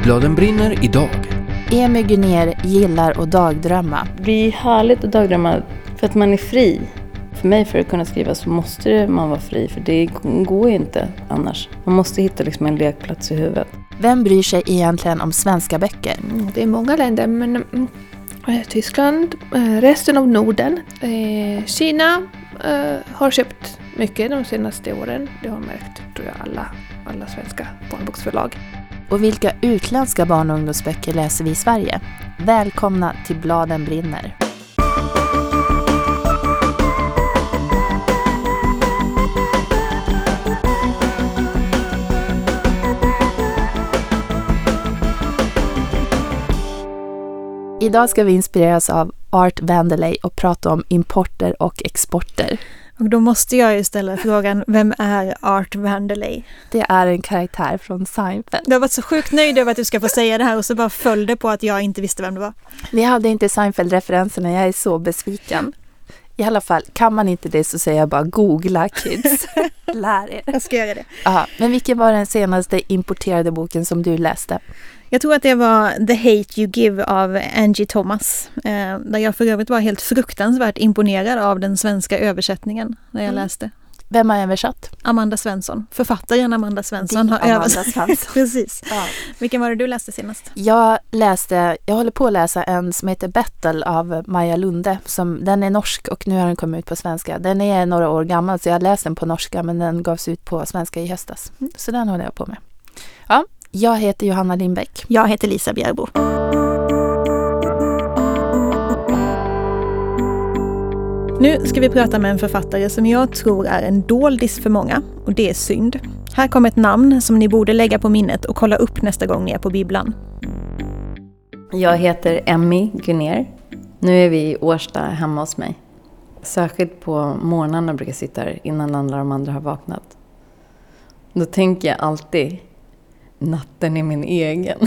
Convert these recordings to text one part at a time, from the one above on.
Bladen brinner idag. Emmy Gunér gillar att dagdrömma. Det blir härligt att dagdrömma för att man är fri. För mig, för att kunna skriva, så måste man vara fri. För det går ju inte annars. Man måste hitta liksom en lekplats i huvudet. Vem bryr sig egentligen om svenska böcker? Det är många länder, men Tyskland, resten av Norden. Kina har köpt mycket de senaste åren. Det har märkt, tror jag, alla svenska barnboksförlag. Och vilka utländska barn- och ungdomsböcker läser vi i Sverige? Välkomna till Bladen brinner. Idag ska vi inspireras av Art Vandelay och prata om importer och exporter. Och då måste jag ju ställa frågan, vem är Art Vandelay? Det är en karaktär från Seinfeld. Du har varit så sjukt nöjd över att du ska få säga det här och så bara följde på att jag inte visste vem det var. Vi hade inte Seinfeld-referenserna, jag är så besviken. I alla fall, kan man inte det så säger jag bara googla kids. Lär er. Jag ska göra det. Aha, men vilken var den senaste importerade boken som du läste? Jag tror att det var The Hate You Give av Angie Thomas. Där jag för övrigt var helt fruktansvärt imponerad av den svenska översättningen när jag läste. Vem har översatt? Amanda Svensson. Författaren Amanda Svensson har översatt. Precis. Ja. Vilken var det du läste senast? Jag håller på att läsa en som heter Battle av Maja Lunde. Den är norsk och nu har den kommit ut på svenska. Den är några år gammal så jag läste den på norska men den gavs ut på svenska i höstas. Så den håller jag på med. Ja, jag heter Johanna Lindbäck. Jag heter Lisa Bjärbo. Nu ska vi prata med en författare som jag tror är en doldis för många, och det är synd. Här kommer ett namn som ni borde lägga på minnet och kolla upp nästa gång ni är på bibblan. Jag heter Emmy Gunér. Nu är vi i Årsta hemma hos mig. Särskilt på morgnarna brukar jag sitta här innan alla de andra har vaknat. Då tänker jag alltid, natten är min egen.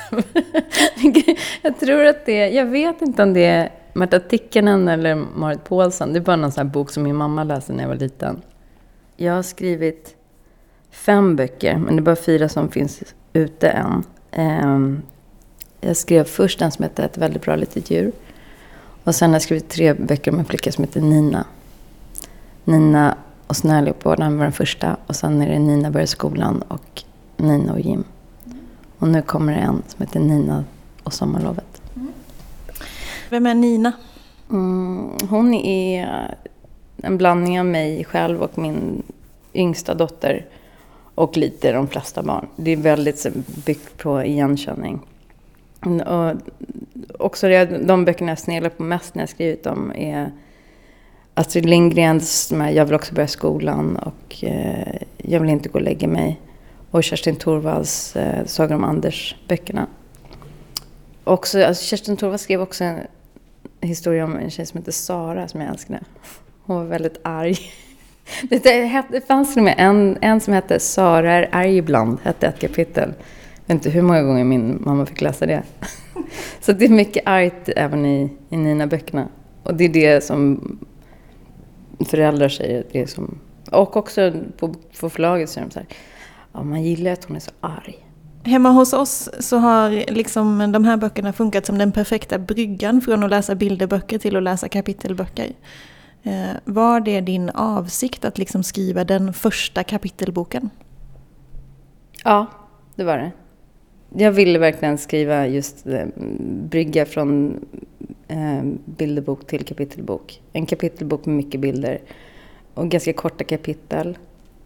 Jag tror att jag vet inte om det är Märta Tikkanen eller Marit Paulsen. Det är bara någon sån här bok som min mamma läste när jag var liten. Jag har skrivit 5 böcker, men det är bara 4 som finns ute än. Jag skrev först en som heter Ett väldigt bra litet djur. Och sen har jag skrivit 3 böcker om en flicka som heter Nina. Nina och Snöleopolden var den första. Och sen är det Nina börjar skolan och Nina och Jim. Och nu kommer det en som heter Nina och sommarlovet. Vem är Nina? Hon är en blandning av mig själv och min yngsta dotter. Och lite de flesta barn. Det är väldigt byggt på igenkänning. Och också de böckerna jag sneglar på mest när jag skrivit dem är Astrid Lindgrens Jag vill också börja skolan och Jag vill inte gå och lägga mig. Och Kerstin Thorvalds Sagan om Anders-böckerna. Kerstin Thorvald skrev också en historia om en tjej som heter Sara som jag älskade. Hon var väldigt arg. Det fanns till och med en som hette Sara är arg ibland, hette ett kapitel. Jag vet inte hur många gånger min mamma fick läsa det. Så det är mycket argt även i Nina-böckerna. Och det är det som föräldrar säger. Det är som, och också på förlaget säger de så här, ja, man gillar att hon är så arg. Hemma hos oss så har liksom de här böckerna funkat som den perfekta bryggan från att läsa bilderböcker till att läsa kapitelböcker. Var det din avsikt att liksom skriva den första kapitelboken? Ja, det var det. Jag ville verkligen skriva just brygga från bilderbok till kapitelbok. En kapitelbok med mycket bilder och ganska korta kapitel.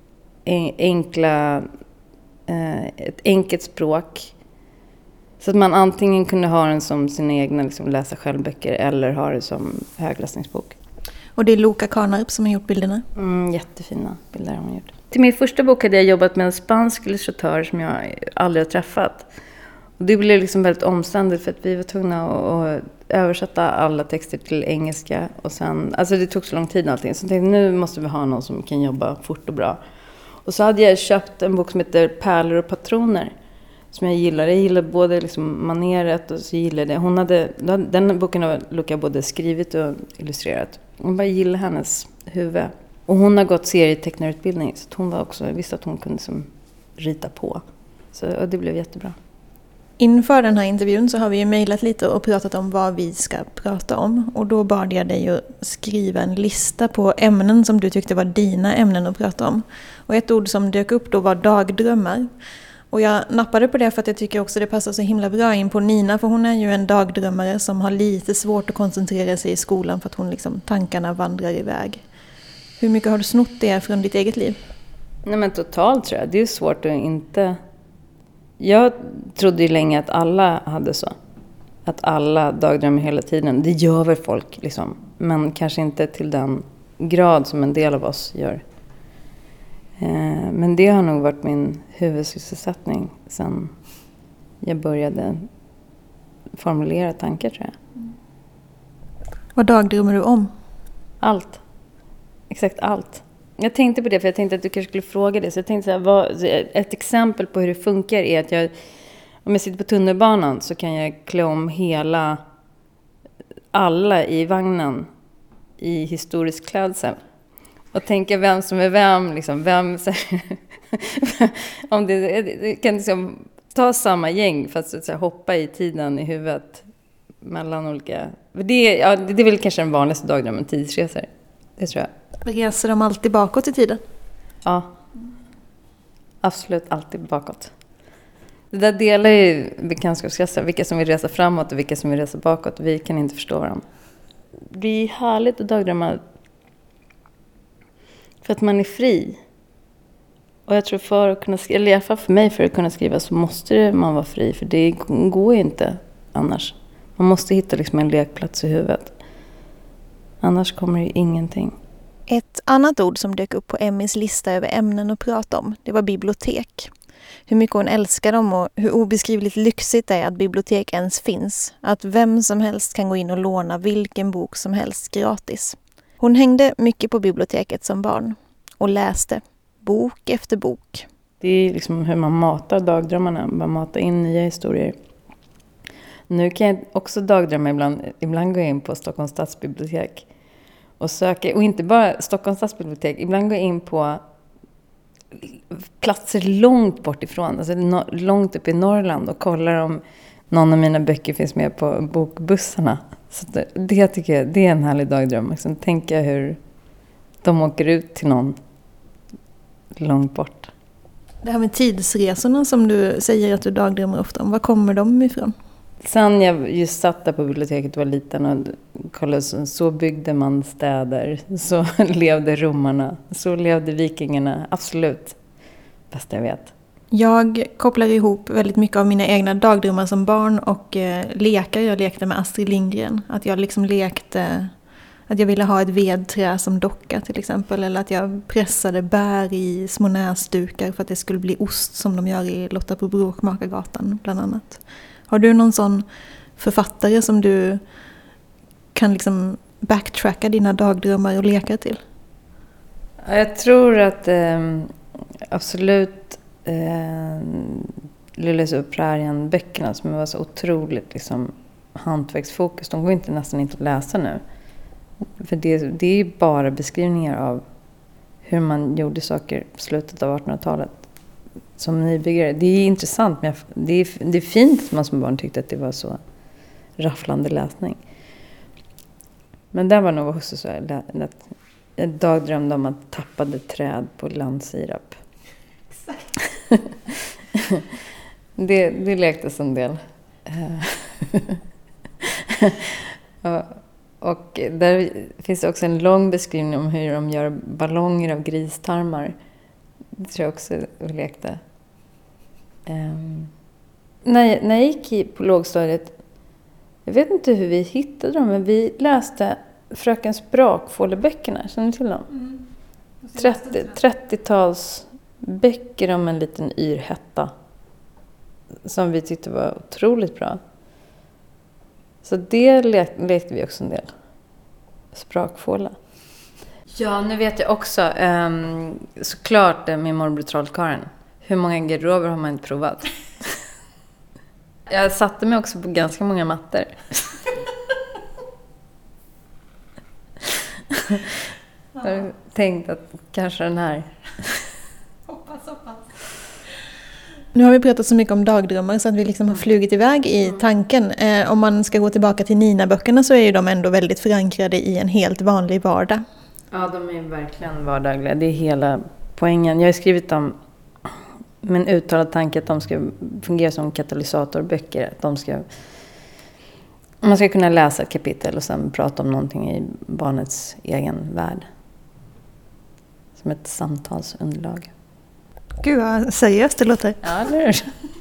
Ett enkelt språk. Så att man antingen kunde ha den som sina egna liksom, läsa självböcker eller ha det som högläsningsbok. Och det är Loka Karnarp som har gjort bilderna? Jättefina bilder har hon gjort. Till min första bok hade jag jobbat med en spansk illustratör som jag aldrig har träffat. Och det blev liksom väldigt omständigt för att vi var tvungna att översätta alla texter till engelska. Och sen, alltså det tog så lång tid allting. Så jag tänkte, nu måste vi ha någon som kan jobba fort och bra. Och så hade jag köpt en bok som heter Pärlor och patroner. Som jag gillade. Jag gillade både liksom maneret och så gillade jag. Den boken har Luca både skrivit och illustrerat. Hon bara gillade hennes huvud. Och hon har gått serietecknarutbildning. Så hon var också, visste att hon kunde som rita på. Så och det blev jättebra. Inför den här intervjun så har vi ju mejlat lite och pratat om vad vi ska prata om. Och då bad jag dig att skriva en lista på ämnen som du tyckte var dina ämnen att prata om. Och ett ord som dök upp då var dagdrömmar. Och jag nappade på det för att jag tycker också det passar så himla bra in på Nina. För hon är ju en dagdrömmare som har lite svårt att koncentrera sig i skolan för att hon liksom, tankarna vandrar iväg. Hur mycket har du snott det från ditt eget liv? Nej, men totalt tror jag. Det är svårt att inte... Jag trodde ju länge att alla hade så. Att alla dagdrömmer hela tiden. Det gör väl folk liksom. Men kanske inte till den grad som en del av oss gör. Men det har nog varit min huvudsysselsättning sen jag började formulera tankar, tror jag. Vad dagdrömmer du om? Allt. Exakt allt. Jag tänkte på det för jag tänkte att du kanske skulle fråga det. Så jag tänkte så här, ett exempel på hur det funkar är att om jag sitter på tunnelbanan så kan jag klä om alla i vagnen i historisk klädsel. Och tänka vem som är vem, liksom, om det kan liksom ta samma gäng fast så här, hoppa i tiden i huvudet mellan olika... Det är väl kanske den vanligaste dagdrömmen, tidsresor. Det tror jag. Reser de alltid bakåt i tiden? Ja, absolut alltid bakåt. Det där delar ju bekantskapskretsar, vilka som vill resa framåt och vilka som vill resa bakåt. Vi kan inte förstå varandra. Det är härligt att dagdrömma för att man är fri. Och jag tror för att kunna skriva, eller i alla fall för mig, för att kunna skriva så måste man vara fri. För det går ju inte annars. Man måste hitta liksom en lekplats i huvudet. Annars kommer det ingenting. Ett annat ord som dök upp på Emmys lista över ämnen att prata om, det var bibliotek. Hur mycket hon älskar dem och hur obeskrivligt lyxigt det är att bibliotek ens finns. Att vem som helst kan gå in och låna vilken bok som helst gratis. Hon hängde mycket på biblioteket som barn och läste bok efter bok. Det är liksom hur man matar dagdrömmarna, man matar in nya historier. Nu kan jag också dagdrömma ibland gå in på Stockholms stadsbibliotek och söka, och inte bara Stockholms stadsbibliotek, ibland gå in på platser långt bort ifrån, alltså långt upp i Norrland och kollar om någon av mina böcker finns med på bokbussarna. Så det tycker jag, det är en härlig dagdröm. Liksom, tänka hur de åker ut till någon långt bort. Det här med tidsresorna som du säger att du dagdrömmer ofta om, var kommer de ifrån? Sen jag just satt där på biblioteket och var liten och kollade, så byggde man städer, så levde romarna, så levde vikingarna, absolut bäst jag vet. Jag kopplar ihop väldigt mycket av mina egna dagdrömmar som barn och lekar. Jag lekte med Astrid Lindgren. Att jag liksom lekte att jag ville ha ett vedträ som docka till exempel. Eller att jag pressade bär i små näsdukar för att det skulle bli ost som de gör i Lotta på Bråkmakargatan bland annat. Har du någon sån författare som du kan liksom backtracka dina dagdrömmar och lekar till? Jag tror att absolut Lilles och Prärien-böckerna som var så otroligt liksom, hantverksfokus, de går inte nästan inte att läsa nu. För det är ju bara beskrivningar av hur man gjorde saker på slutet av 1800-talet som nybyggare. Det är intressant, men det är fint att man som barn tyckte att det var så rafflande läsning. Men där var nog också så jag dagdrömde om att tappade träd på landsirap. det lektes en del. Och där finns också en lång beskrivning om hur de gör ballonger av gristarmar. Det tror jag också vi lekte. När jag gick på lågstadiet, jag vet inte hur vi hittade dem, men vi läste Frökens Brakfåleböckerna. Känner du till dem? 30-tals böcker om en liten yrhätta som vi tyckte var otroligt bra. Så det lekte vi också en del. Sprakfåla. Ja, nu vet jag också såklart min morbror Trollkarlen. Hur många garderober har man inte provat? Jag satte mig också på ganska många mattor. Jag har tänkt att kanske den här. Hoppas. Nu har vi pratat så mycket om dagdrömmar så att vi liksom har flugit iväg i tanken. Om man ska gå tillbaka till Nina-böckerna så är ju de ändå väldigt förankrade i en helt vanlig vardag. Ja, de är verkligen vardagliga. Det är hela poängen. Jag har skrivit dem med en uttalad tanke att de ska fungera som katalysatorböcker. Att man ska kunna läsa ett kapitel och sen prata om någonting i barnets egen värld. Som ett samtalsunderlag. Gud vad seriöst det låter. Ja, eller hur?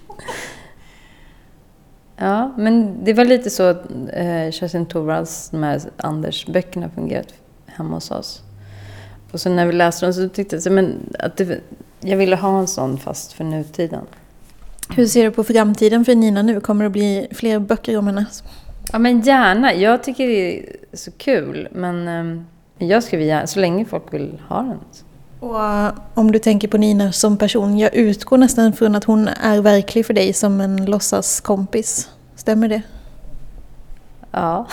Ja, men det var lite så att Kerstin Thorvalds, de här Anders-böckerna fungerat hemma hos oss. Och så när vi läste dem så tyckte jag att jag ville ha en sån fast för nutiden. Hur ser du på framtiden för Nina nu? Kommer det bli fler böcker om henne? Ja, men gärna. Jag tycker det är så kul. Men jag skriver gärna så länge folk vill ha den. Och om du tänker på Nina som person, jag utgår nästan från att hon är verklig för dig som en låtsaskompis. Stämmer det? Ja.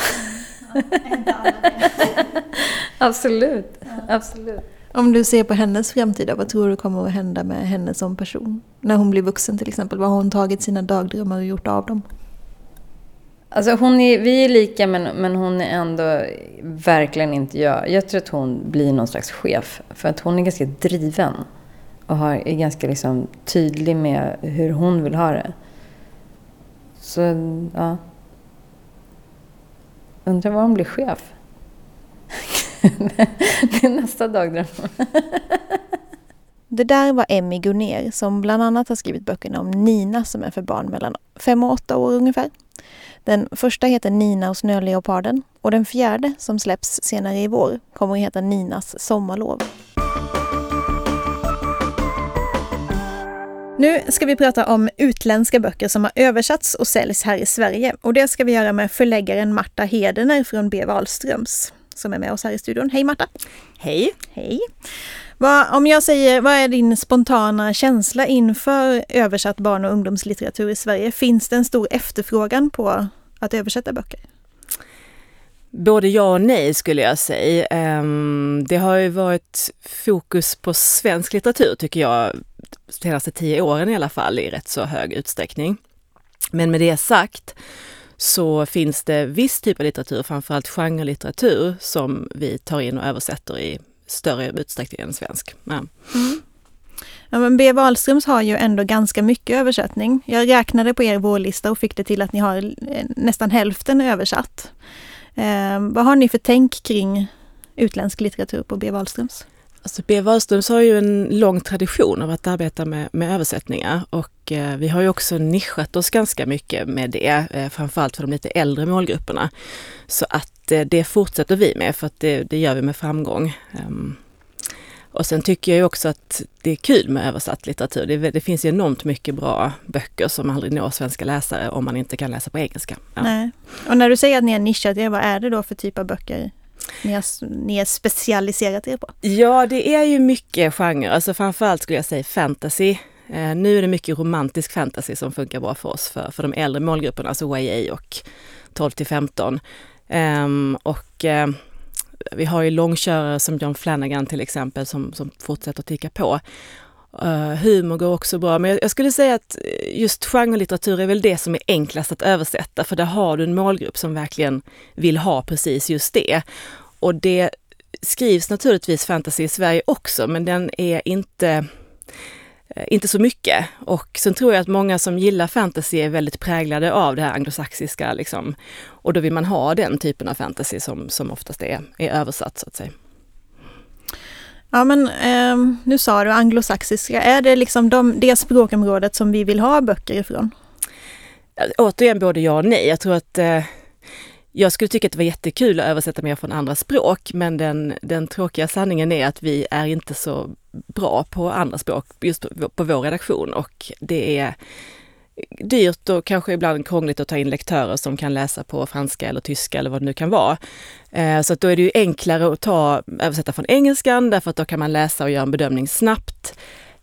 Absolut. Absolut. Om du ser på hennes framtida, vad tror du kommer att hända med henne som person? När hon blir vuxen till exempel, vad har hon tagit sina dagdrömmar och gjort av dem? Alltså vi är lika men hon är ändå verkligen inte jag. Jag tror att hon blir någon slags chef. För att hon är ganska driven. Och är ganska liksom tydlig med hur hon vill ha det. Så ja. Undrar var hon blir chef. Det är nästa dagdröm. Det där var Emmy Gunnér som bland annat har skrivit böckerna om Nina som är för barn mellan 5 och 8 år ungefär. Den första heter Nina och snöleoparden och den fjärde som släpps senare i vår kommer att heta Ninas sommarlov. Nu ska vi prata om utländska böcker som har översatts och säljs här i Sverige. Och det ska vi göra med förläggaren Marta Hedener från B. Wahlströms som är med oss här i studion. Hej Marta! Hej! Hej! Om jag säger, vad är din spontana känsla inför översatt barn- och ungdomslitteratur i Sverige? Finns det en stor efterfrågan på att översätta böcker? Både ja och nej skulle jag säga. Det har ju varit fokus på svensk litteratur tycker jag de senaste 10 åren i alla fall i rätt så hög utsträckning. Men med det sagt så finns det viss typ av litteratur, framförallt genrelitteratur, som vi tar in och översätter i större utsträckning än svensk. Ja. Mm. Ja, men B. Wahlströms har ju ändå ganska mycket översättning. Jag räknade på er vårlista och fick det till att ni har nästan hälften översatt. Vad har ni för tänk kring utländsk litteratur på B. Wahlströms? Alltså B. Wahlströms har ju en lång tradition av att arbeta med översättningar och vi har ju också nischat oss ganska mycket med det, framförallt för de lite äldre målgrupperna. Så att det fortsätter vi med för att det gör vi med framgång. Och sen tycker jag ju också att det är kul med översatt litteratur. Det finns ju enormt mycket bra böcker som aldrig når svenska läsare om man inte kan läsa på engelska. Ja. Nej. Och när du säger att ni är nischat, vad är det då för typ av böcker ni är specialiserat er på? Ja, det är ju mycket genre. Alltså framförallt skulle jag säga fantasy. Nu är det mycket romantisk fantasy som funkar bra för oss, för de äldre målgrupperna, alltså YA och 12-15. Vi har ju långkörare som John Flanagan till exempel som fortsätter att ticka på. Humor går också bra, men jag skulle säga att just genrelitteratur är väl det som är enklast att översätta, för där har du en målgrupp som verkligen vill ha precis just det. Och det skrivs naturligtvis fantasy i Sverige också, men den är inte så mycket. Och sen tror jag att många som gillar fantasy är väldigt präglade av det här anglosaxiska liksom. Och då vill man ha den typen av fantasy som oftast är översatt så att säga. Ja, men nu sa du anglosaxiska. Är det liksom det språkområdet som vi vill ha böcker ifrån? Återigen både ja och nej. Jag tror att jag skulle tycka att det var jättekul att översätta mer från andra språk, men den tråkiga sanningen är att vi är inte så bra på andra språk just på vår redaktion, och det är dyrt och kanske ibland krångligt att ta in lektörer som kan läsa på franska eller tyska eller vad det nu kan vara. Så att då är det ju enklare att översätta från engelskan, därför att då kan man läsa och göra en bedömning snabbt.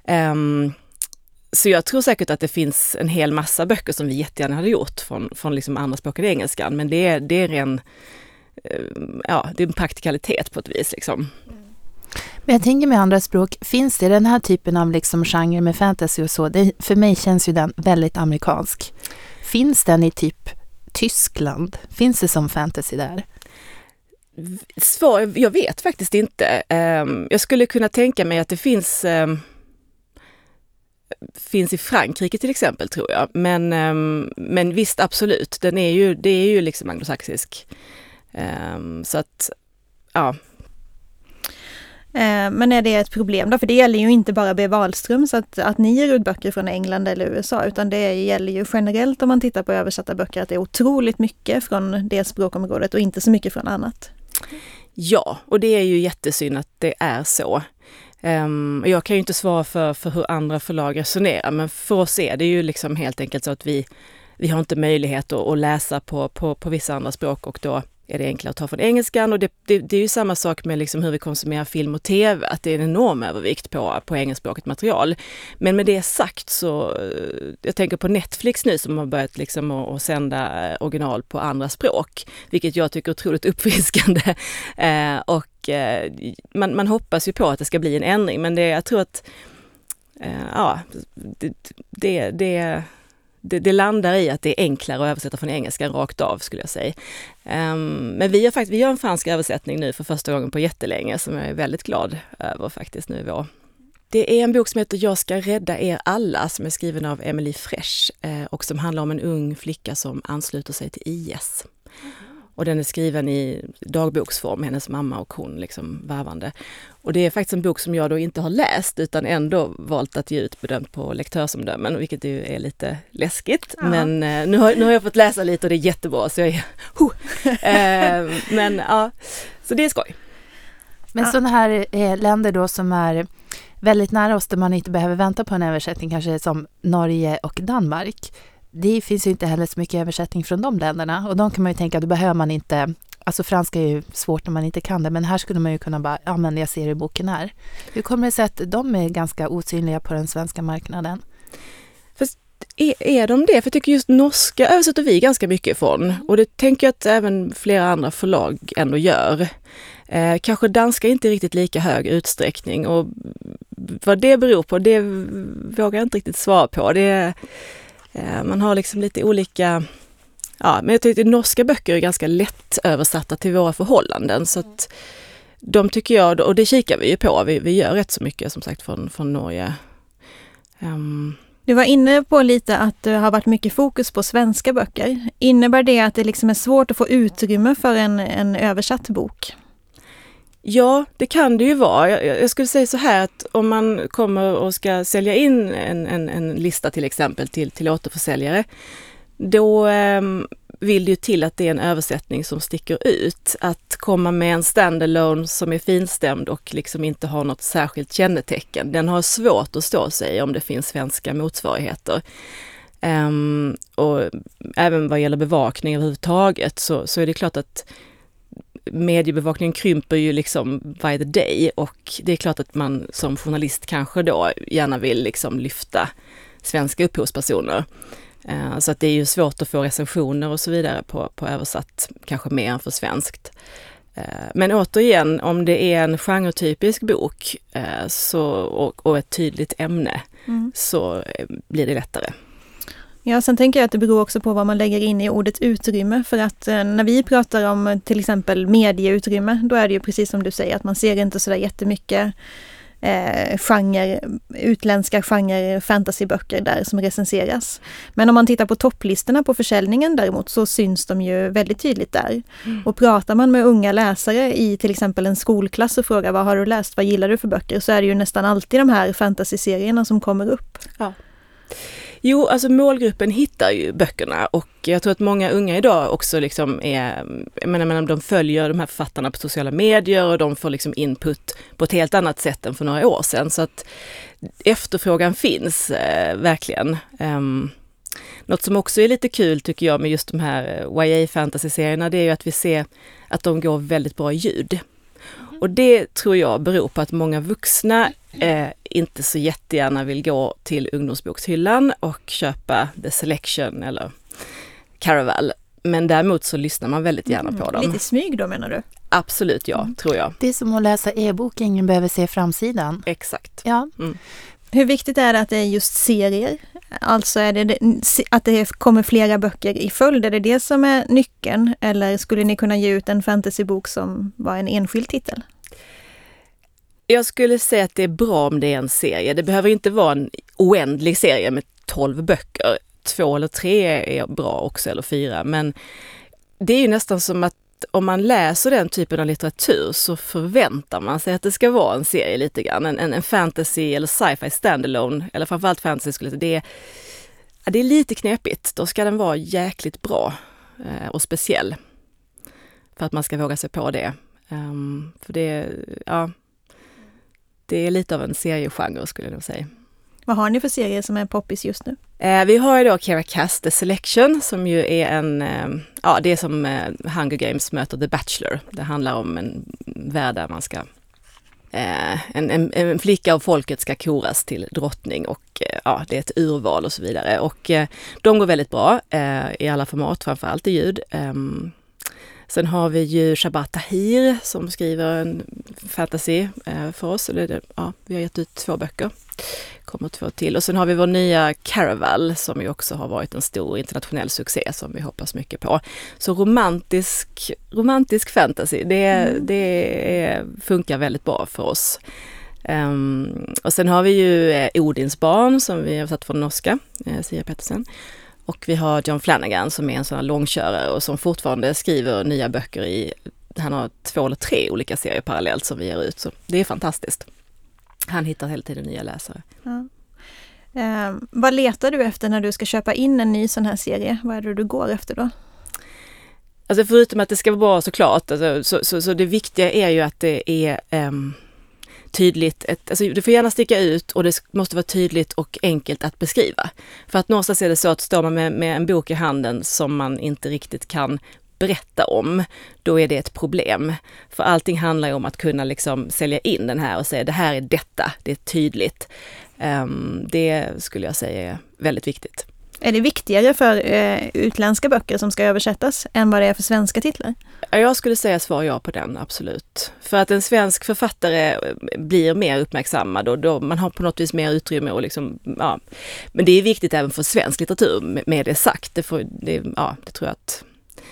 Så jag tror säkert att det finns en hel massa böcker som vi jättegärna hade gjort från liksom andra språk än engelskan, men det är en praktikalitet på ett vis liksom. Men jag tänker med andra språk, finns det den här typen av liksom genre med fantasy och så? Det, för mig känns ju den väldigt amerikansk. Finns den i typ Tyskland? Finns det som fantasy där? Jag vet faktiskt inte. Jag skulle kunna tänka mig att det finns i Frankrike till exempel, tror jag. Men visst, absolut. Det är ju liksom anglosaxisk. Så att, ja. Men är det ett problem då? För det gäller ju inte bara B. Wahlström, så att ni ger ut böcker från England eller USA, utan det gäller ju generellt om man tittar på översatta böcker att det är otroligt mycket från det språkområdet och inte så mycket från annat. Ja, och det är ju jättesynd att det är så. Jag kan ju inte svara för hur andra förlag resonerar, men för oss är det ju liksom helt enkelt så att vi har inte möjlighet att läsa på vissa andra språk, och då är det enklare att ta från engelskan. Och det är ju samma sak med liksom hur vi konsumerar film och tv, att det är en enorm övervikt på engelskspråkigt material. Men med det sagt så, jag tänker på Netflix nu som har börjat liksom att sända original på andra språk, vilket jag tycker är otroligt uppfriskande. Och man hoppas ju på att det ska bli en ändring, men jag tror att det landar i att det är enklare att översätta från engelskan rakt av, skulle jag säga. Men vi gör en fransk översättning nu för första gången på jättelänge, som jag är väldigt glad över faktiskt nu i vår. Det är en bok som heter Jag ska rädda er alla, som är skriven av Emily Fresh och som handlar om en ung flicka som ansluter sig till IS. Och den är skriven i dagboksform, hennes mamma och hon liksom varvande. Och det är faktiskt en bok som jag då inte har läst, utan ändå valt att ge ut bedömt på lektörsomdömen, vilket ju är lite läskigt. Ja. Men nu har jag fått läsa lite och det är jättebra, så jag är... men ja, så det är skoj. Men sådana här länder då som är väldigt nära oss, där man inte behöver vänta på en översättning, kanske som Norge och Danmark. Det finns ju inte heller så mycket översättning från de länderna, och de kan man ju tänka att då behöver man inte, alltså franska är ju svårt när man inte kan det, men här skulle man ju kunna bara, ja men jag ser hur boken är. Hur kommer det sig att de är ganska osynliga på den svenska marknaden? Fast är de det? För jag tycker just norska översätter vi ganska mycket från, och det tänker jag att även flera andra förlag ändå gör. Kanske danska inte riktigt lika hög utsträckning, och vad det beror på, det vågar jag inte riktigt svara på. Man har liksom lite olika... Ja, men jag tycker att norska böcker är ganska lätt översatta till våra förhållanden, så att de tycker jag, och det kikar vi ju på. Vi gör rätt så mycket som sagt från Norge. Du var inne på lite att det har varit mycket fokus på svenska böcker. Innebär det att det liksom är svårt att få utrymme för en översatt bok? Ja, det kan det ju vara. Jag skulle säga så här, att om man kommer och ska sälja in en lista till exempel till återförsäljare, då vill det ju till att det är en översättning som sticker ut. Att komma med en standalone som är finstämd och liksom inte har något särskilt kännetecken, den har svårt att stå sig om det finns svenska motsvarigheter. Och även vad gäller bevakning överhuvudtaget så är det klart att mediebevakningen krymper ju liksom by the day, och det är klart att man som journalist kanske då gärna vill liksom lyfta svenska upphovspersoner. Så att det är ju svårt att få recensioner och så vidare på översatt, kanske mer än för svenskt. Men återigen, om det är en genretypisk bok och ett tydligt ämne, så blir det lättare. Ja, sen tänker jag att det beror också på vad man lägger in i ordet utrymme, för att när vi pratar om till exempel medieutrymme, då är det ju precis som du säger, att man ser inte så där jättemycket utländska genre fantasyböcker där som recenseras. Men om man tittar på topplistorna på försäljningen däremot, så syns de ju väldigt tydligt där. Och pratar man med unga läsare i till exempel en skolklass och frågar vad har du läst, vad gillar du för böcker, så är det ju nästan alltid de här fantasyserierna som kommer upp. Ja. Jo, alltså målgruppen hittar ju böckerna, och jag tror att många unga idag också liksom de följer de här författarna på sociala medier, och de får liksom input på ett helt annat sätt än för några år sedan, så att efterfrågan finns verkligen. Något som också är lite kul tycker jag med just de här YA-fantasy-serierna, det är ju att vi ser att de går väldigt bra i ljud. Och det tror jag beror på att många vuxna inte så jättegärna vill gå till ungdomsbokshyllan och köpa The Selection eller Caraval. Men däremot så lyssnar man väldigt gärna på dem. Lite smyg då menar du? Absolut, ja, tror jag. Det är som att läsa e-bok, ingen behöver se framsidan. Exakt. Ja. Hur viktigt är det att det är just serier? Alltså är det att det kommer flera böcker i följd? Är det som är nyckeln? Eller skulle ni kunna ge ut en fantasybok som var en enskild titel? Jag skulle säga att det är bra om det är en serie. Det behöver inte vara en oändlig serie med 12 böcker. 2 eller 3 är bra också, eller 4. Men det är ju nästan som att om man läser den typen av litteratur så förväntar man sig att det ska vara en serie lite grann. En fantasy eller sci-fi standalone, eller framförallt fantasy skulle det är lite knepigt. Då ska den vara jäkligt bra och speciell för att man ska våga sig på det. För det är lite av en seriegenre skulle jag nog säga. Vad har ni för serier som är poppis just nu? Vi har ju då Kiera Cass The Selection som ju är det är som Hunger Games möter The Bachelor. Det handlar om en värld där man ska en flicka av folket ska koras till drottning och det är ett urval och så vidare. Och de går väldigt bra i alla format, framförallt i ljud. Sen har vi ju Shabbat Tahir som skriver en fantasy för oss. Vi har gett ut 2 böcker. Kommer 2 till. Och sen har vi vår nya Caraval som ju också har varit en stor internationell succé som vi hoppas mycket på. Så romantisk fantasy, det funkar väldigt bra för oss. Och sen har vi ju Odins barn som vi har satt från norska, Sia Pettersen. Och vi har John Flanagan som är en sån här långkörare och som fortfarande skriver nya böcker han har 2 eller 3 olika serier parallellt som vi ger ut. Så det är fantastiskt. Han hittar hela tiden nya läsare. Ja. Vad letar du efter när du ska köpa in en ny sån här serie? Vad är det du går efter då? Alltså förutom att det ska vara bra såklart, så det viktiga är ju att det är tydligt. Det får gärna sticka ut och det måste vara tydligt och enkelt att beskriva. För att någonstans är det så att står man med en bok i handen som man inte riktigt kan berätta om, då är det ett problem. För allting handlar ju om att kunna liksom sälja in den här och säga det här är detta, det är tydligt. Det skulle jag säga är väldigt viktigt. Är det viktigare för utländska böcker som ska översättas än vad det är för svenska titlar? Jag skulle säga svar ja på den, absolut. För att en svensk författare blir mer uppmärksammad och då man har på något vis mer utrymme och liksom, Men det är viktigt även för svensk litteratur med det sagt. Det tror jag att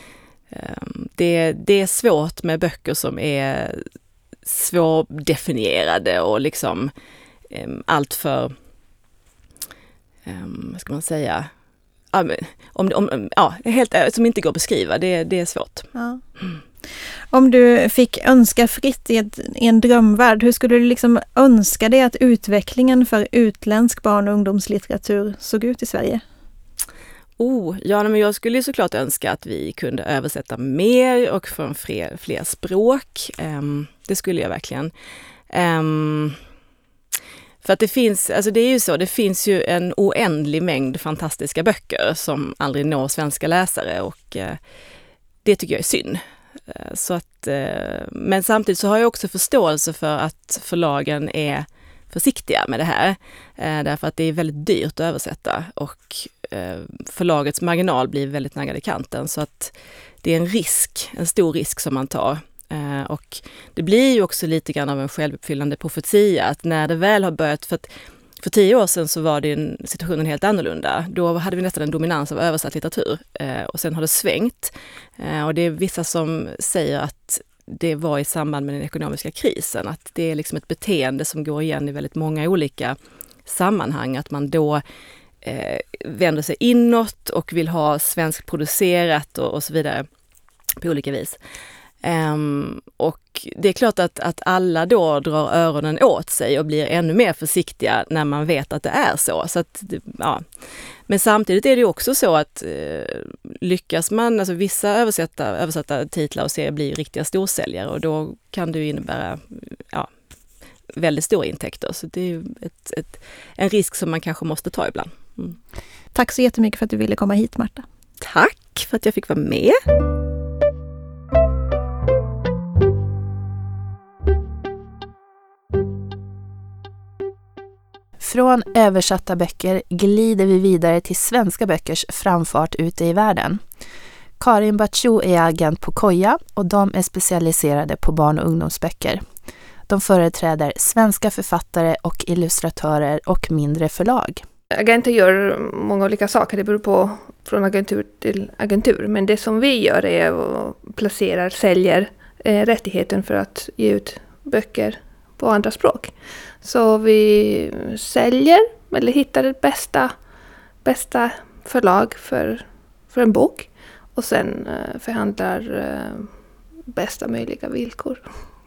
det är svårt med böcker som är svårdefinierade och liksom allt för vad ska man säga, helt som inte går att beskriva, det är svårt. Ja. Om du fick önska fritt i en drömvärld, hur skulle du liksom önska dig att utvecklingen för utländsk barn- och ungdomslitteratur såg ut i Sverige? Men jag skulle ju såklart önska att vi kunde översätta mer och från fler språk. Det skulle jag verkligen. För att det finns ju en oändlig mängd fantastiska böcker som aldrig når svenska läsare och det tycker jag är synd. Men samtidigt så har jag också förståelse för att förlagen är försiktiga med det här. Därför att det är väldigt dyrt att översätta och förlagets marginal blir väldigt naggad i kanten. Så att det är en stor risk som man tar. Och det blir ju också lite grann av en självuppfyllande profetia att när det väl har börjat, för 10 år sedan så var det situationen helt annorlunda. Då hade vi nästan en dominans av översatt litteratur och sen har det svängt. Och det är vissa som säger att det var i samband med den ekonomiska krisen, att det är liksom ett beteende som går igen i väldigt många olika sammanhang, att man då vänder sig inåt och vill ha svenskproducerat och så vidare på olika vis. Och det är klart att alla då drar öronen åt sig och blir ännu mer försiktiga när man vet att det är så. Men samtidigt är det ju också så att lyckas man, alltså vissa översatta titlar och serier blir riktiga storsäljare och då kan det ju innebära väldigt stora intäkter. Så det är ju en risk som man kanske måste ta ibland. Mm. Tack så jättemycket för att du ville komma hit, Marta. Tack för att jag fick vara med. Från översatta böcker glider vi vidare till svenska böckers framfart ute i världen. Karin Bachou är agent på Koja och de är specialiserade på barn- och ungdomsböcker. De företräder svenska författare och illustratörer och mindre förlag. Agenter gör många olika saker, det beror på från agentur till agentur. Men det som vi gör är att säljer rättigheten för att ge ut böcker på andra språk. Så vi säljer eller hittar det bästa förlag för en bok och sen förhandlar bästa möjliga villkor.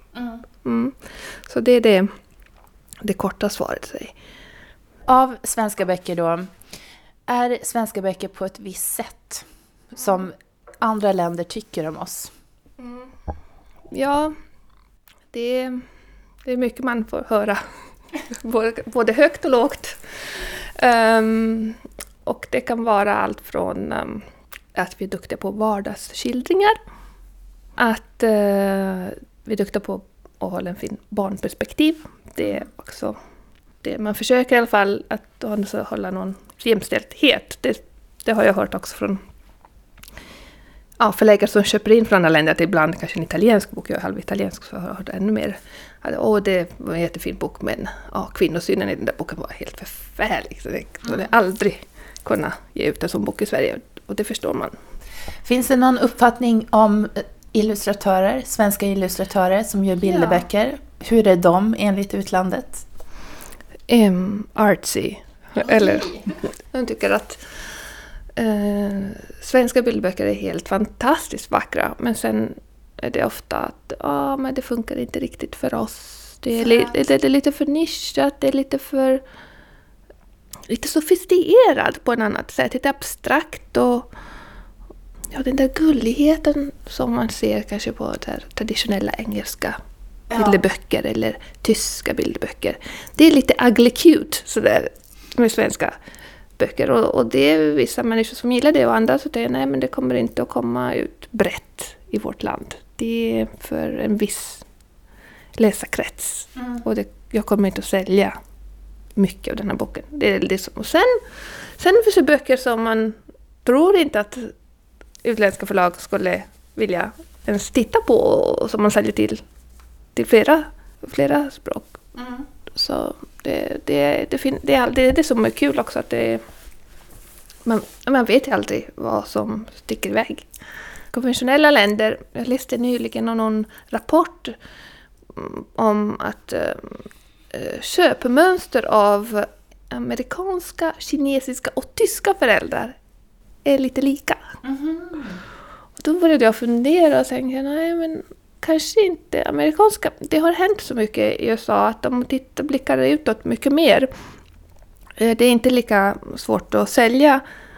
Så det är det korta svaret. Säg. Av svenska böcker då, är svenska böcker på ett visst sätt som andra länder tycker om oss? Ja, det är mycket man får höra. Både högt och lågt. Och det kan vara allt från att vi är duktiga på vardagsskildringar. Att vi är duktiga på att hålla en fin barnperspektiv. Det är också det. Man försöker i alla fall att hålla någon jämställdhet. Det har jag hört också från förläggare som köper in från andra länder. Att ibland kanske en italiensk bok, jag är halvitaliensk så jag har hört ännu mer. Det var en jättefin bok men kvinnosynen i den där boken var helt förfärlig. Så det skulle aldrig kunna ge ut en sån bok i Sverige och det förstår man. Finns det någon uppfattning om svenska illustratörer som gör bilderböcker? Ja. Hur är de enligt utlandet? Artsy. Eller jag tycker att svenska bildböcker är helt fantastiskt vackra. Men sen är det ofta att men det funkar inte riktigt för oss. Det är lite för nischat, det är lite sofistikerat på ett annat sätt. Lite abstrakt och den där gulligheten som man ser kanske på traditionella engelska bilderböcker eller tyska bilderböcker. Det är lite ugly cute sådär med svenska böcker och det är vissa människor som gillar det och andra så säger nej men det kommer inte att komma ut brett i vårt land. Det är för en viss läsarkrets och jag kommer inte att sälja mycket av den här boken. Det är liksom. Och sen finns det böcker som man tror inte att utländska förlag skulle vilja ens titta på och som man säljer till flera språk. Så det är det som är kul också att man vet aldrig vad som sticker iväg. Konventionella länder, jag läste nyligen någon rapport om att köpmönster av amerikanska, kinesiska och tyska föräldrar är lite lika. Och då började jag fundera och tänkte, nej men kanske inte amerikanska. Det har hänt så mycket i USA att de blickar utåt mycket mer. Det är inte lika svårt att sälja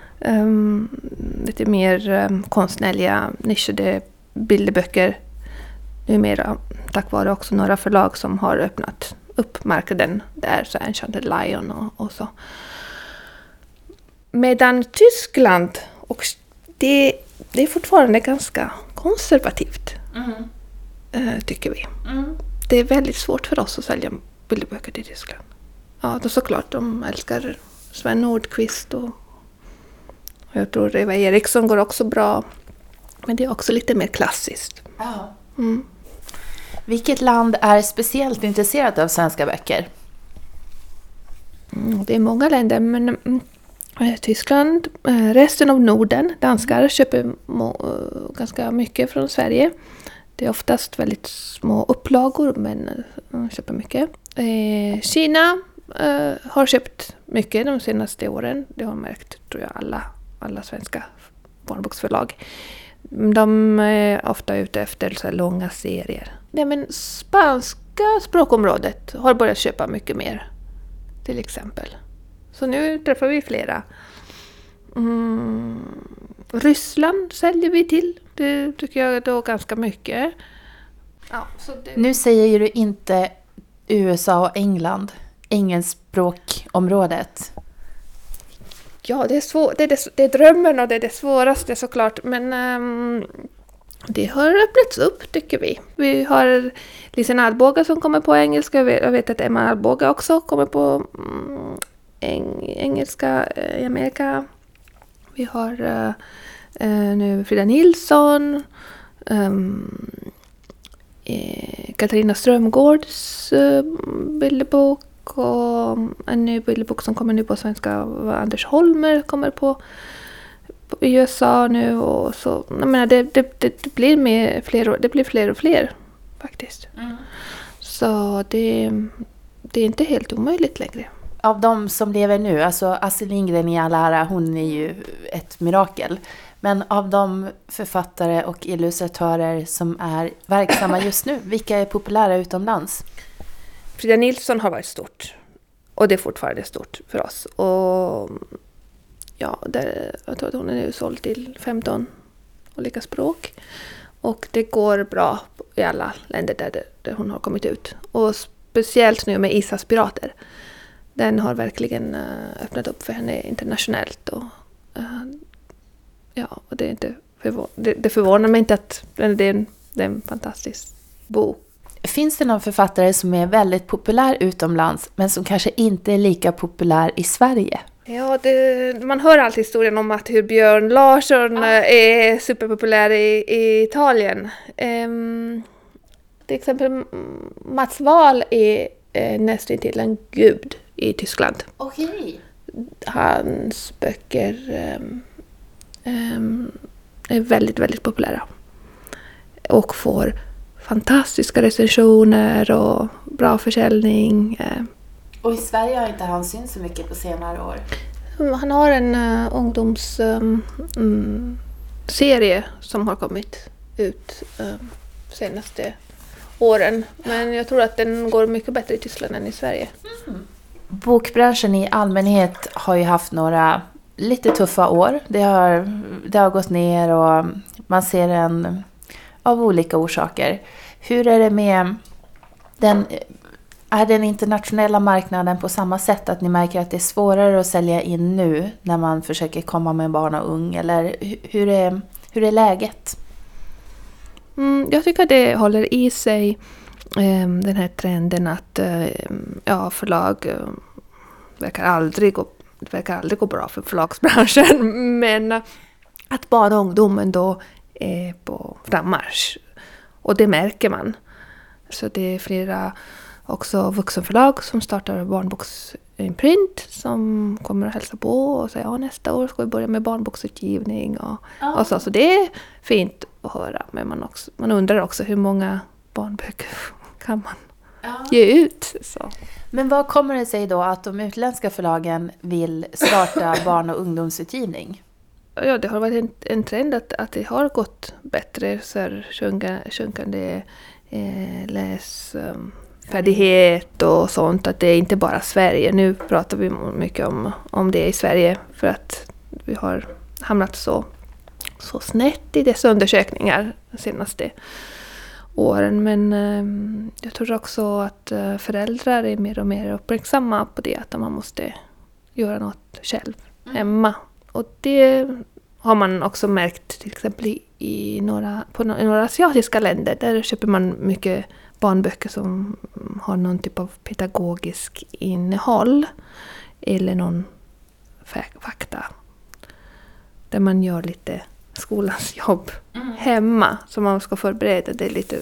lite mer konstnärliga nischade bilderböcker numera tack vare också några förlag som har öppnat upp marknaden där, så Enchanted Lion och så. Medan Tyskland, och det är fortfarande ganska konservativt tycker vi. Det är väldigt svårt för oss att sälja bilderböcker till Tyskland. Ja, då såklart, de älskar Sven Nordqvist och jag tror Eva Eriksson går också bra. Men det är också lite mer klassiskt. Ja. Vilket land är speciellt intresserat av svenska böcker? Det är många länder, men Tyskland, resten av Norden, danskar köper ganska mycket från Sverige. Det är oftast väldigt små upplagor, men köper mycket. Kina har köpt mycket de senaste åren. Det har märkt, tror jag, alla svenska barnboksförlag. De är ofta ute efter så här långa serier. Nej, men spanska språkområdet har börjat köpa mycket mer, till exempel. Så nu träffar vi flera. Ryssland säljer vi till. Det tycker jag då ganska mycket. Ja, så det... Nu säger du inte USA och England, engelskspråkområdet. Ja, det är svårt. Det är drömmen och det är det svåraste såklart. Men det har öppnats upp, tycker vi. Vi har Lisen Alboga som kommer på engelska. Jag vet att Emma Alboga också kommer på engelska i Amerika. Vi har Nu Frida Nilsson, Katarina Strömgårds bilderbok och en ny bilderbok som kommer nu på svenska. Anders Holmer kommer på i USA nu och så. Jag menar, det blir fler och fler faktiskt. Så det är inte helt omöjligt längre. Av de som lever nu, alltså Astrid Lindgren i all ära, hon är ju ett mirakel. Men av de författare och illustratörer som är verksamma just nu, vilka är populära utomlands? Frida Nilsson har varit stort. Och det är fortfarande stort för oss. Och ja, jag tror att hon är nu såld till 15 olika språk. Och det går bra i alla länder där hon har kommit ut. Och speciellt nu med Isas pirater. Den har verkligen öppnat upp för henne internationellt. Och, och det är inte det förvånar mig inte att det är en fantastisk bok. Finns det någon författare som är väldigt populär utomlands men som kanske inte är lika populär i Sverige? Ja, man hör alltid historien om att hur Björn Larsson är superpopulär i Italien. Till exempel Mats Wahl är nästan till en gud i Tyskland. Okej. Hans böcker är väldigt, väldigt populära. Och får fantastiska recensioner och bra försäljning. Och i Sverige har inte han synts så mycket på senare år? Han har en ungdomsserie som har kommit ut senaste åren. Men jag tror att den går mycket bättre i Tyskland än i Sverige. Bokbranschen i allmänhet har ju haft några lite tuffa år. Det har gått ner och man ser den av olika orsaker. Hur är det med den internationella marknaden på samma sätt att ni märker att det är svårare att sälja in nu när man försöker komma med barn och ung? Eller hur är läget? Jag tycker att det håller i sig den här trenden att förlag verkar aldrig gå bra för förlagsbranschen. Men att barn och ungdomen då är på frammarsch. Och det märker man. Så det är flera också vuxenförlag som startar barnboksimprint som kommer att hälsa på och säga nästa år ska vi börja med barnboksutgivning och så. Så det är fint att höra. Men man undrar också hur många barnböcker kan man ge ut. Så. Men vad kommer det sig då att de utländska förlagen vill starta barn- och ungdomsutgivning? Ja, det har varit en trend att det har gått bättre för sjunkande läsfärdighet och sånt. Att det är inte bara Sverige. Nu pratar vi mycket om det i Sverige för att vi har hamnat så snett i dessa undersökningar de senaste åren. Men jag tror också att föräldrar är mer och mer uppmärksamma på det. Att man måste göra något själv hemma. Och det har man också märkt till exempel i några asiatiska länder. Där köper man mycket barnböcker som har någon typ av pedagogisk innehåll. Eller någon fakta. Där man gör lite skolans jobb hemma. Som man ska förbereda det lite.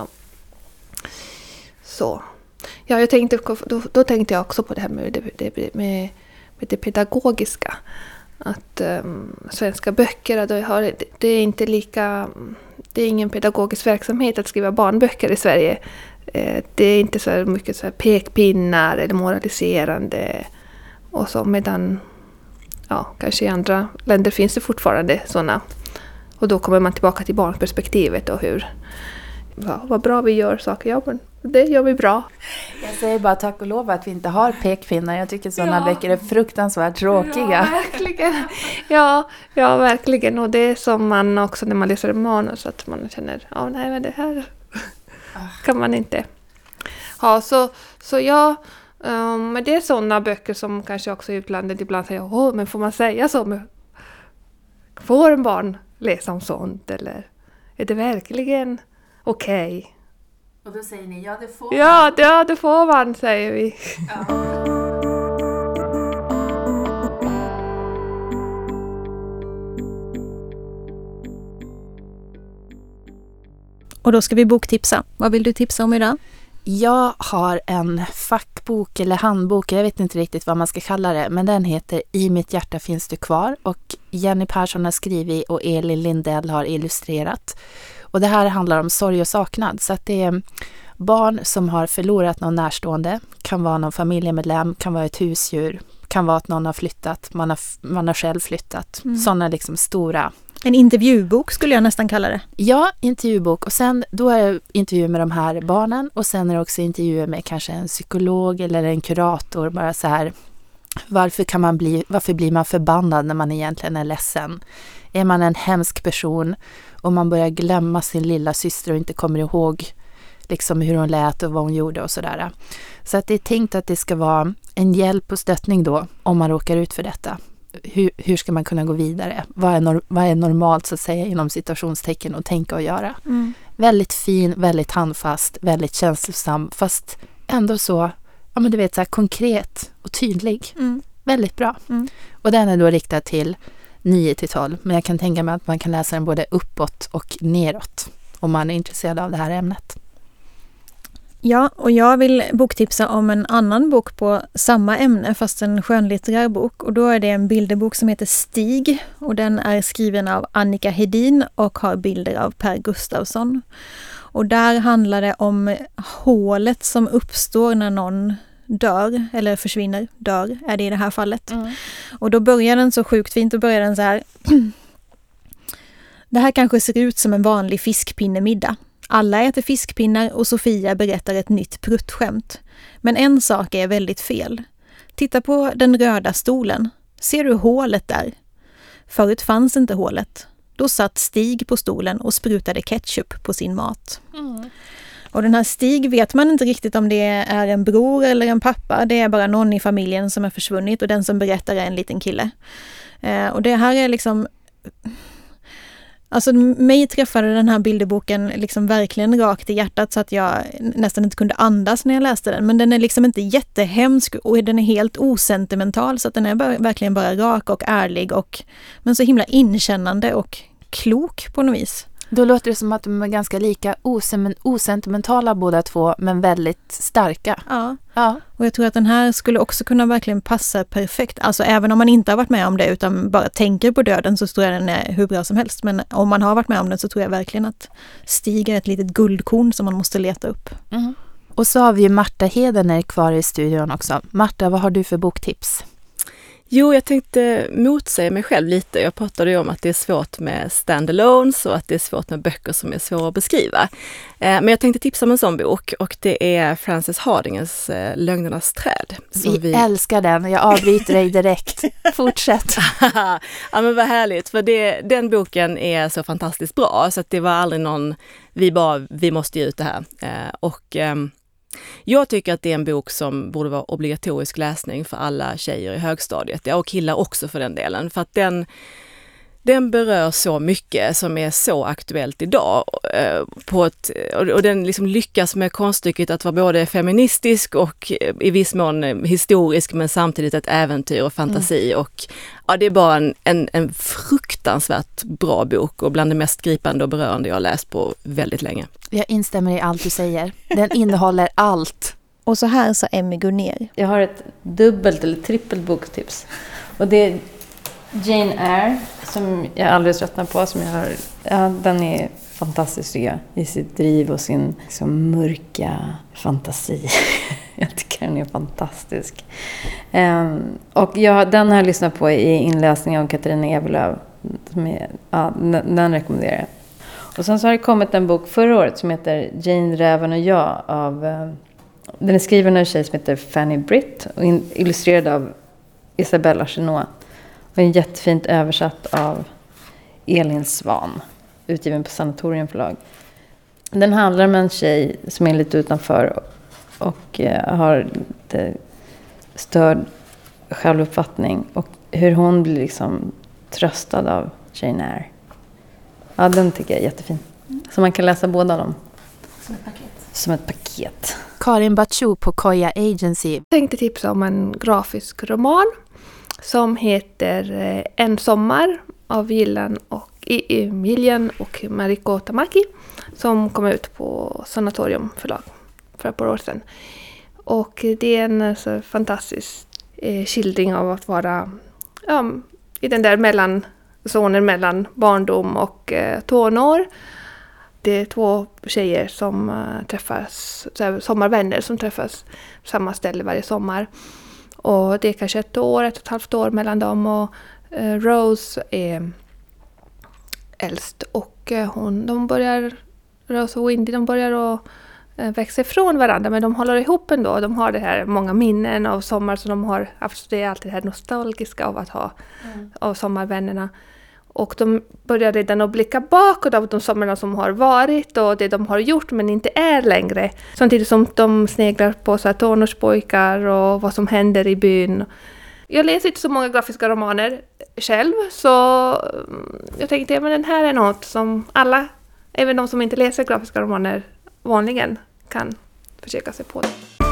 Så. Ja, då tänkte jag också på det här med det pedagogiska. Att svenska böcker, det är inte lika, det är ingen pedagogisk verksamhet att skriva barnböcker i Sverige. Det är inte så mycket så här pekpinnar eller moraliserande och så, medan kanske i andra länder finns det fortfarande sådana. Och då kommer man tillbaka till barnperspektivet och vad bra vi gör saker. Ja, men det gör vi bra. Jag säger bara tack och lov att vi inte har pekpinnar. Jag tycker sådana böcker är fruktansvärt tråkiga. Ja, verkligen. Ja, verkligen. Och det är som man också när man läser en manus att man känner, nej men det här kan man inte ha. Så jag, men det är sådana böcker som kanske också i utlandet ibland säger, men får man säga så? Får en barn läsa om sånt? Eller är det verkligen okej? Och då säger ni, ja det får man. Ja, det får man, säger vi. Ja. Och då ska vi boktipsa. Vad vill du tipsa om idag? Jag har en fackbok eller handbok, jag vet inte riktigt vad man ska kalla det, men den heter I mitt hjärta finns du kvar, och Jenny Persson har skrivit och Elin Lindell har illustrerat. Och det här handlar om sorg och saknad, så att det är barn som har förlorat någon närstående, kan vara någon familjemedlem, kan vara ett husdjur, kan vara att någon har flyttat, man har själv flyttat. Sådana liksom stora. En intervjubok skulle jag nästan kalla det. Ja, intervjubok. Och sen då är det intervjuer med de här barnen, och sen är det också intervjuer med kanske en psykolog eller en kurator. Bara så här, varför blir man förbannad när man egentligen är ledsen? Är man en hemsk person och man börjar glömma sin lilla syster och inte kommer ihåg liksom hur hon lät och vad hon gjorde och sådär. Så att det är tänkt att det ska vara en hjälp och stöttning då om man råkar ut för detta. Hur ska man kunna gå vidare? Vad är normalt så att säga inom situationstecken att tänka och göra? Väldigt fin, väldigt handfast, väldigt känslosam, fast ändå så, ja men du vet, så här konkret och tydlig. Väldigt bra. Och den är då riktad till 9-12, men jag kan tänka mig att man kan läsa den både uppåt och neråt om man är intresserad av det här ämnet. Ja, och jag vill boktipsa om en annan bok på samma ämne, fast en skönlitterär bok. Och då är det en bilderbok som heter Stig, och den är skriven av Annika Hedin och har bilder av Per Gustafsson. Och där handlar det om hålet som uppstår när någon dör, eller försvinner, dör är det i det här fallet. Och då börjar den så sjukt fint, och börjar den så här. Det här kanske ser ut som en vanlig fiskpinnemiddag. Alla äter fiskpinnar och Sofia berättar ett nytt pruttskämt. Men en sak är väldigt fel. Titta på den röda stolen. Ser du hålet där? Förut fanns inte hålet. Då satt Stig på stolen och sprutade ketchup på sin mat. Och den här Stig vet man inte riktigt om det är en bror eller en pappa. Det är bara någon i familjen som är försvunnit, och den som berättar är en liten kille. Och det här är liksom... Alltså mig träffade den här bilderboken liksom verkligen rakt i hjärtat, så att jag nästan inte kunde andas när jag läste den. Men den är liksom inte jättehemsk, och den är helt osentimental, så att den är verkligen bara rak och ärlig, men så himla inkännande och klok på något vis. Då låter det som att de är ganska lika osentimentala båda två, men väldigt starka. Ja. Och jag tror att den här skulle också kunna verkligen passa perfekt. Alltså även om man inte har varit med om det utan bara tänker på döden, så tror jag den är hur bra som helst. Men om man har varit med om den så tror jag verkligen att Stig är ett litet guldkorn som man måste leta upp. Och så har vi ju Marta Hedener kvar i studion också. Marta, vad har du för boktips? Jo, jag tänkte motsäga mig själv lite. Jag pratade ju om att det är svårt med standalones och att det är svårt med böcker som är svåra att beskriva. Men jag tänkte tipsa om en sån bok, och det är Frances Hardinges Lögnernas träd. Vi älskar den. Jag avbryter dig direkt. Fortsätt. Ja, men vad härligt. För den boken är så fantastiskt bra, så att det var aldrig någon, vi måste ge ut det här. Jag tycker att det är en bok som borde vara obligatorisk läsning för alla tjejer i högstadiet, och killar också för den delen, för att den berör så mycket som är så aktuellt idag, och den liksom lyckas med konststycket att vara både feministisk och i viss mån historisk, men samtidigt ett äventyr och fantasi. Och ja, det är bara en fruktansvärt bra bok, och bland det mest gripande och berörande jag har läst på väldigt länge. Jag instämmer i allt du säger. Den innehåller allt. Och så här sa Emmy Gunnér. Jag har ett dubbelt eller trippelt boktips. Och det är Jane Eyre, som jag aldrig tröttnar på, den är fantastisk tycker jag, i sitt driv och sin liksom mörka fantasi. Jag tycker den är fantastisk. Och den har jag lyssnat på i inläsning av Katarina Evelöv. Den rekommenderar jag. Och sen så har det kommit en bok förra året som heter Jane, räven och jag. Den är skriven av en tjej som heter Fanny Britt och illustrerad av Isabelle Arsenault. Och är jättefint översatt av Elin Svan, utgiven på Sanatoriumförlag. Den handlar om en tjej som är lite utanför och har lite störd självuppfattning. Och hur hon blir liksom tröstad av Jane Eyre. Ja, den tycker jag är jättefin. Så man kan läsa båda dem. Som ett paket. Karin Batchou på Koja Agency. Jag tänkte tipsa om en grafisk roman som heter En sommar av Gillan och Emilian och Mariko Tamaki som kom ut på Sanatorium förlag för ett par år sedan. Och det är en så fantastisk skildring av att vara i den där zonen mellan barndom och tonår. Det är 2 tjejer som träffas, sommarvänner som träffas på samma ställe varje sommar. Och det är kanske 1,5 år mellan dem, och Rose är äldst och Rose och Windy, de börjar att växa ifrån varandra, men de håller ihop ändå. De har det här många minnen av sommar som de har haft. Det är alltid det här nostalgiska av att ha av sommarvännerna. Och de börjar redan att blicka bakåt av de sommarna som har varit och det de har gjort men inte är längre. Samtidigt som de sneglar på så här tonårspojkar och vad som händer i byn. Jag läser inte så många grafiska romaner själv, så jag tänkte att den här är något som alla, även de som inte läser grafiska romaner vanligen, kan försöka sig på det.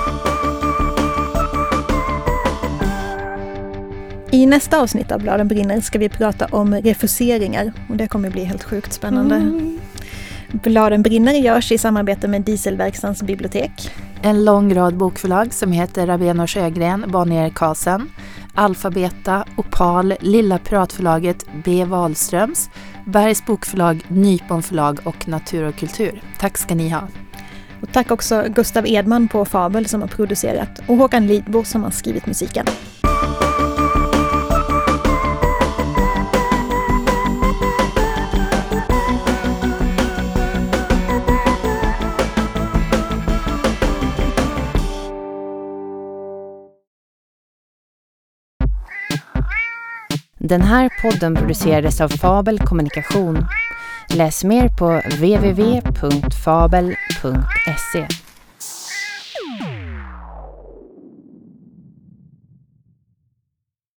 I nästa avsnitt av Bladen brinner ska vi prata om refuseringar, och det kommer bli helt sjukt spännande. Bladen brinner görs i samarbete med Dieselverkstans bibliotek. En lång rad bokförlag som heter Rabén & Sjögren, Bonnier Carlsen, Alfabeta, Opal, Lilla Piratförlaget, B. Wahlströms, Bergs bokförlag, Nypon förlag och Natur och kultur. Tack ska ni ha. Och tack också Gustav Edman på Fabel som har producerat, och Håkan Lidbo som har skrivit musiken. Den här podden producerades av Fabel Kommunikation. Läs mer på www.fabel.se.